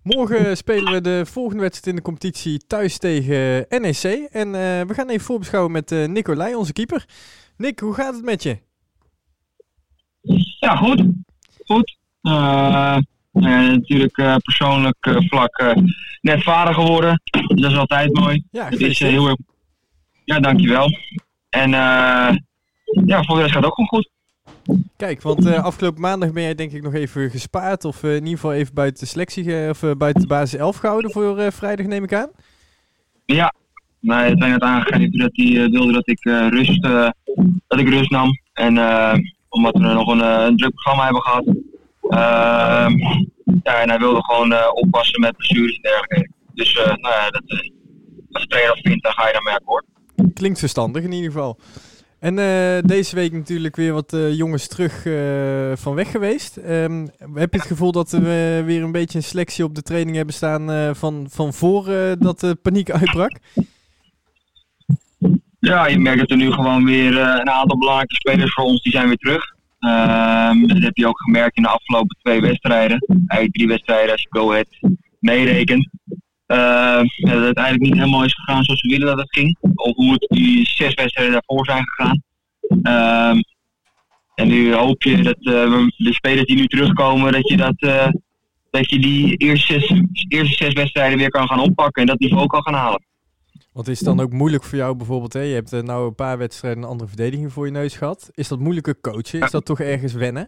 Morgen spelen we de volgende wedstrijd in de competitie thuis tegen NEC. En we gaan even voorbeschouwen met Nicolai, onze keeper. Nick, hoe gaat het met je? Ja, goed. Natuurlijk persoonlijk vlak net vader geworden. Dat is altijd mooi. Ja, het is heel erg. Ja, dankjewel. En voor de rest gaat het ook gewoon goed. Kijk, want afgelopen maandag ben jij denk ik nog even gespaard. Of in ieder geval even buiten de selectie of buiten de basis 11 gehouden voor vrijdag, neem ik aan. Ja, het zijn net aangegeven dat hij wilde dat ik rust nam. En omdat we nog een druk programma hebben gehad. En hij wilde gewoon oppassen met blessures en dergelijke. Dus als de trainer dat vindt, dan ga je daarmee akkoord. Klinkt verstandig in ieder geval. En deze week natuurlijk weer wat jongens terug van weg geweest. Heb je het gevoel dat we weer een beetje een selectie op de training hebben staan van voor dat de paniek uitbrak? Ja, je merkt dat er nu gewoon weer een aantal belangrijke spelers voor ons die zijn weer terug. Dat heb je ook gemerkt in de afgelopen 2 wedstrijden. Eigenlijk 3 wedstrijden als je Go Ahead meerekent. Dat het eigenlijk niet helemaal is gegaan zoals we willen dat het ging. Of hoe het die 6 wedstrijden daarvoor zijn gegaan. En nu hoop je dat de spelers die nu terugkomen, dat je die eerste 6 wedstrijden weer kan gaan oppakken en dat niveau kan gaan halen. Want is het dan ook moeilijk voor jou bijvoorbeeld, hè? Je hebt nou een paar wedstrijden een andere verdediging voor je neus gehad. Is dat moeilijker coachen? Is dat toch ergens wennen?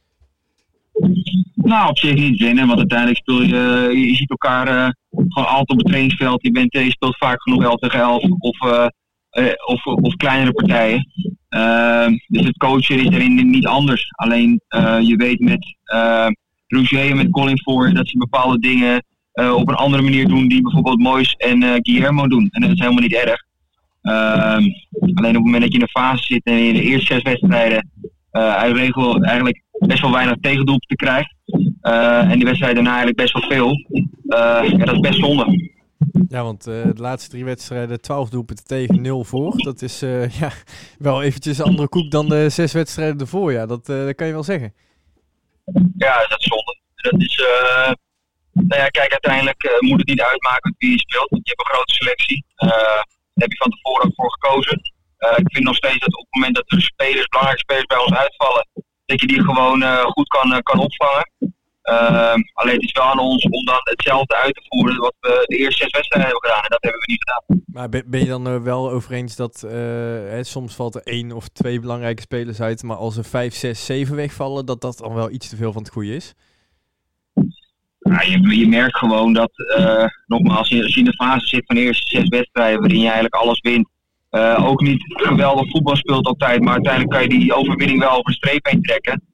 Nou, op zich niet wennen, want uiteindelijk speel je ziet elkaar gewoon altijd op het trainingsveld. Je speelt vaak genoeg 11 tegen 11 of kleinere partijen. Dus het coachen is erin niet anders. Alleen je weet met Roger en met Colin voor dat ze bepaalde dingen op een andere manier doen die bijvoorbeeld Moyes en Guillermo doen. En dat is helemaal niet erg. Alleen op het moment dat je in een fase zit en in de eerste 6 wedstrijden eigenlijk best wel weinig tegendoelpunten krijgt. En die wedstrijden daarna eigenlijk best wel veel. Dat is best zonde. Ja, want de laatste 3 wedstrijden 12 doelpunten tegen 0 voor. Dat is wel eventjes een andere koek dan de 6 wedstrijden ervoor. Ja, dat kan je wel zeggen. Ja, dat is zonde. Dat is... kijk, uiteindelijk moet het niet uitmaken met wie je speelt. Je hebt een grote selectie. Daar heb je van tevoren ook voor gekozen. Ik vind nog steeds dat op het moment dat er belangrijke spelers bij ons uitvallen, dat je die gewoon goed kan opvangen. Alleen het is wel aan ons om dan hetzelfde uit te voeren wat we de eerste 6 wedstrijden hebben gedaan. En dat hebben we niet gedaan. Maar ben je dan wel over eens dat soms valt er 1 of 2 belangrijke spelers uit, maar als er 5, 6, 7 wegvallen, dat dan wel iets te veel van het goede is? Ja, je merkt gewoon dat, nogmaals, als je in de fase zit van de eerste 6 wedstrijden waarin je eigenlijk alles wint, ook niet geweldig voetbal speelt altijd, maar uiteindelijk kan je die overwinning wel over de streep heen trekken.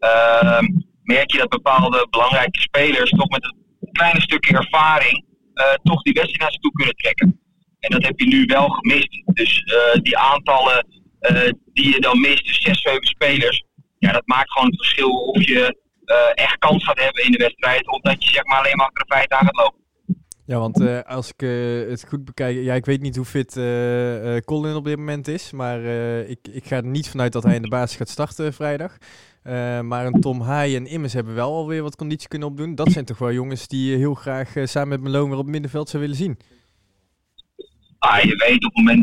Merk je dat bepaalde belangrijke spelers toch met een kleine stukje ervaring toch die wedstrijd naar zich toe kunnen trekken. En dat heb je nu wel gemist. Dus die aantallen die je dan mist, dus 6, 7 spelers, ja, dat maakt gewoon het verschil of je echt kans gaat hebben in de wedstrijd, of dat je zeg maar alleen maar achter de feiten aan gaat lopen. Ja, want als ik het goed bekijk, ja, ik weet niet hoe fit Colin op dit moment is, maar ik ga er niet vanuit dat hij in de basis gaat starten vrijdag. Maar een Tom Haaien en Immers hebben wel alweer wat conditie kunnen opdoen. Dat zijn toch wel jongens die je heel graag samen met Malone weer op het middenveld zou willen zien. Je weet op het moment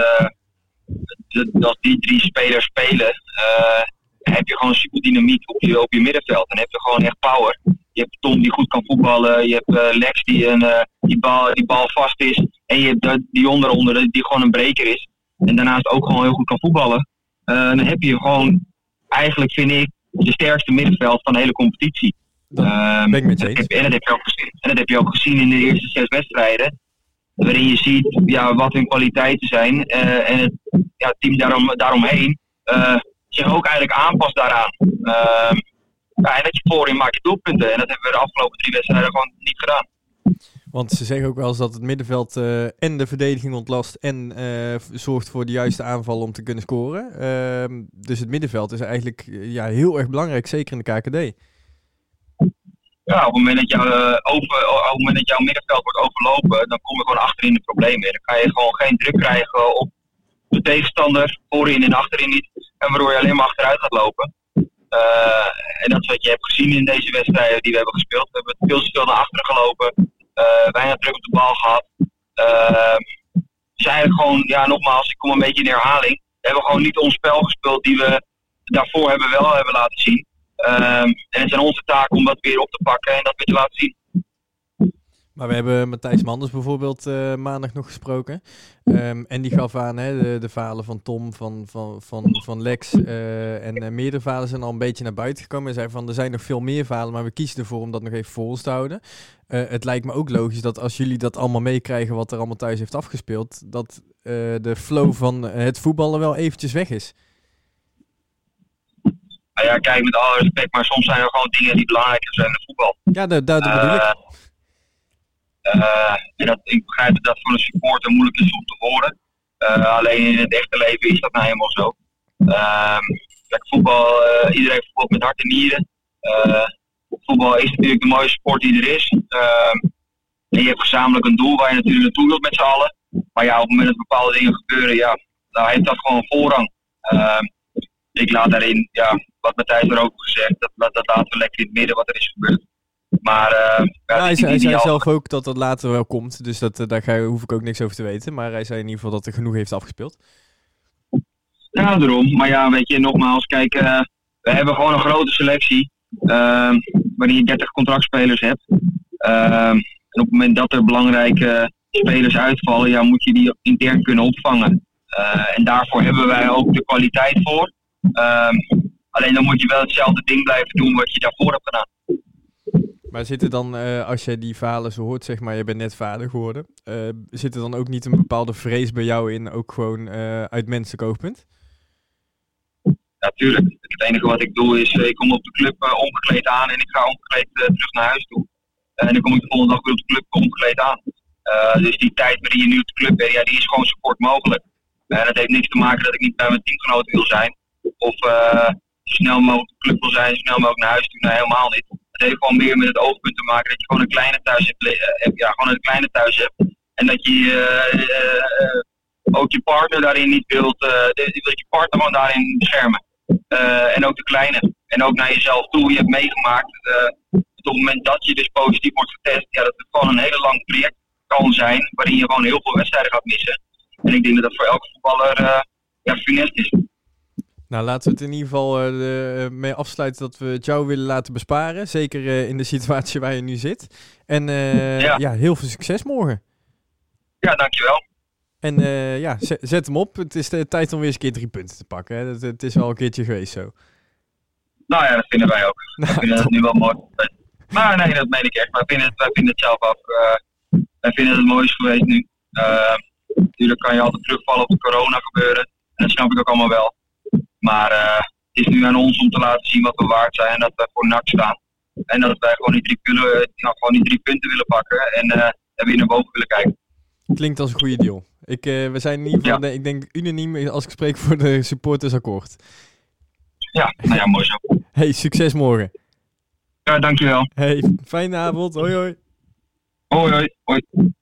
dat die 3 spelers spelen, heb je gewoon super dynamiek op je middenveld. En heb je gewoon echt power. Je hebt Tom die goed kan voetballen. Je hebt Lex die bal vast is. En je hebt die onderonder die gewoon een breker is. En daarnaast ook gewoon heel goed kan voetballen. Dan heb je gewoon, eigenlijk vind ik, de sterkste middenveld van de hele competitie. Dat ben ik met je eens. En dat heb je ook gezien in de eerste 6 wedstrijden. Waarin je ziet wat hun kwaliteiten zijn. En het team daaromheen zich ook eigenlijk aanpast daaraan. En dat je voorin maakt je doelpunten. En dat hebben we de afgelopen 3 wedstrijden gewoon niet gedaan. Want ze zeggen ook wel eens dat het middenveld en de verdediging ontlast en zorgt voor de juiste aanval om te kunnen scoren. Dus het middenveld is eigenlijk heel erg belangrijk, zeker in de KKD. Ja, op het moment dat jouw middenveld wordt overlopen, dan kom je gewoon achterin de problemen. Dan kan je gewoon geen druk krijgen op de tegenstander, voorin en achterin niet. En waardoor je alleen maar achteruit gaat lopen. En dat is wat je hebt gezien in deze wedstrijden die we hebben gespeeld. We hebben veel te veel naar achteren gelopen. druk op de bal gehad. Dus eigenlijk gewoon, ja, nogmaals, ik kom een beetje in herhaling. We hebben gewoon niet ons spel gespeeld die we daarvoor wel hebben laten zien. En het is aan onze taak om dat weer op te pakken en dat weer te laten zien. Maar we hebben Matthijs Manders bijvoorbeeld maandag nog gesproken. En die gaf aan de verhalen van Tom, van Lex en meerdere verhalen zijn al een beetje naar buiten gekomen. En zei van, er zijn nog veel meer verhalen, maar we kiezen ervoor om dat nog even voor ons te houden. Het lijkt me ook logisch dat als jullie dat allemaal meekrijgen wat er allemaal thuis heeft afgespeeld, dat de flow van het voetballen wel eventjes weg is. Nou ja, kijk, met alle respect, maar soms zijn er gewoon dingen die belangrijker zijn dan voetbal. Ja, dat bedoel ik. En ik begrijp dat dat voor een supporter moeilijk is om te horen. Alleen in het echte leven is dat nou helemaal zo. Kijk, voetbal, iedereen voetbalt met hart en nieren. Voetbal is natuurlijk de mooiste sport die er is. En je hebt gezamenlijk een doel waar je natuurlijk naartoe wilt met z'n allen. Maar ja, op het moment dat bepaalde dingen gebeuren, ja, dan heeft dat gewoon voorrang. Ik laat daarin, ja, wat Matthijs er ook gezegd, dat laten we lekker in het midden wat er is gebeurd. Maar hij zei zelf ook dat dat later wel komt, dus daar hoef ik ook niks over te weten. Maar hij zei in ieder geval dat er genoeg heeft afgespeeld. Ja, daarom. Maar ja, weet je, nogmaals, kijk, we hebben gewoon een grote selectie. Waarin je 30 contractspelers hebt. En op het moment dat er belangrijke spelers uitvallen, ja, moet je die intern kunnen opvangen. En daarvoor hebben wij ook de kwaliteit voor. Alleen dan moet je wel hetzelfde ding blijven doen wat je daarvoor hebt gedaan. Maar zit er dan, als je die verhalen zo hoort, zeg maar, je bent net vader geworden, zit er dan ook niet een bepaalde vrees bij jou in, ook gewoon uit menselijk oogpunt? Ja, tuurlijk. Het enige wat ik doe is, ik kom op de club omgekleed aan en ik ga omgekleed terug naar huis toe. En dan kom ik de volgende dag weer op de club omgekleed aan. Dus die tijd waarin je nu op de club bent, ja, die is gewoon zo kort mogelijk. Dat heeft niks te maken dat ik niet bij mijn teamgenoten wil zijn. Of zo snel mogelijk op de club wil zijn, zo snel mogelijk naar huis toe. Nou, helemaal niet. Het heeft gewoon meer met het oogpunt te maken dat je gewoon een kleine thuis hebt. Ja, gewoon een kleine thuis hebt. En dat je ook je partner daarin niet wilt, dat je partner gewoon daarin beschermen. En ook de kleine. En ook naar jezelf toe. Je hebt meegemaakt. Op het moment dat je dus positief wordt getest, ja, dat het gewoon een hele lang traject kan zijn. Waarin je gewoon heel veel wedstrijden gaat missen. En ik denk dat dat voor elke voetballer funest is. Nou, laten we het in ieder geval mee afsluiten dat we het jou willen laten besparen. Zeker in de situatie waar je nu zit. En heel veel succes morgen. Ja, dankjewel. En zet hem op. Het is de tijd om weer eens een keer 3 punten te pakken. Hè. Het is wel een keertje geweest zo. Nou ja, dat vinden wij ook. Wij vinden het nu wel mooi. Maar nee, dat meen ik echt. Wij vinden het zelf ook. Wij vinden het mooi is geweest nu. Natuurlijk kan je altijd terugvallen op de corona gebeuren. En dat snap ik ook allemaal wel. Maar het is nu aan ons om te laten zien wat we waard zijn. En dat we voor NAC staan. En dat wij gewoon die 3 punten willen pakken. En weer naar boven willen kijken. Klinkt als een goede deal. We zijn in ieder geval, ik denk unaniem als ik spreek voor de supporters akkoord. Ja, nou ja, mooi zo. Hey, succes morgen. Ja, dankjewel. Hey, fijne avond. Hoi hoi. Hoi hoi. Hoi.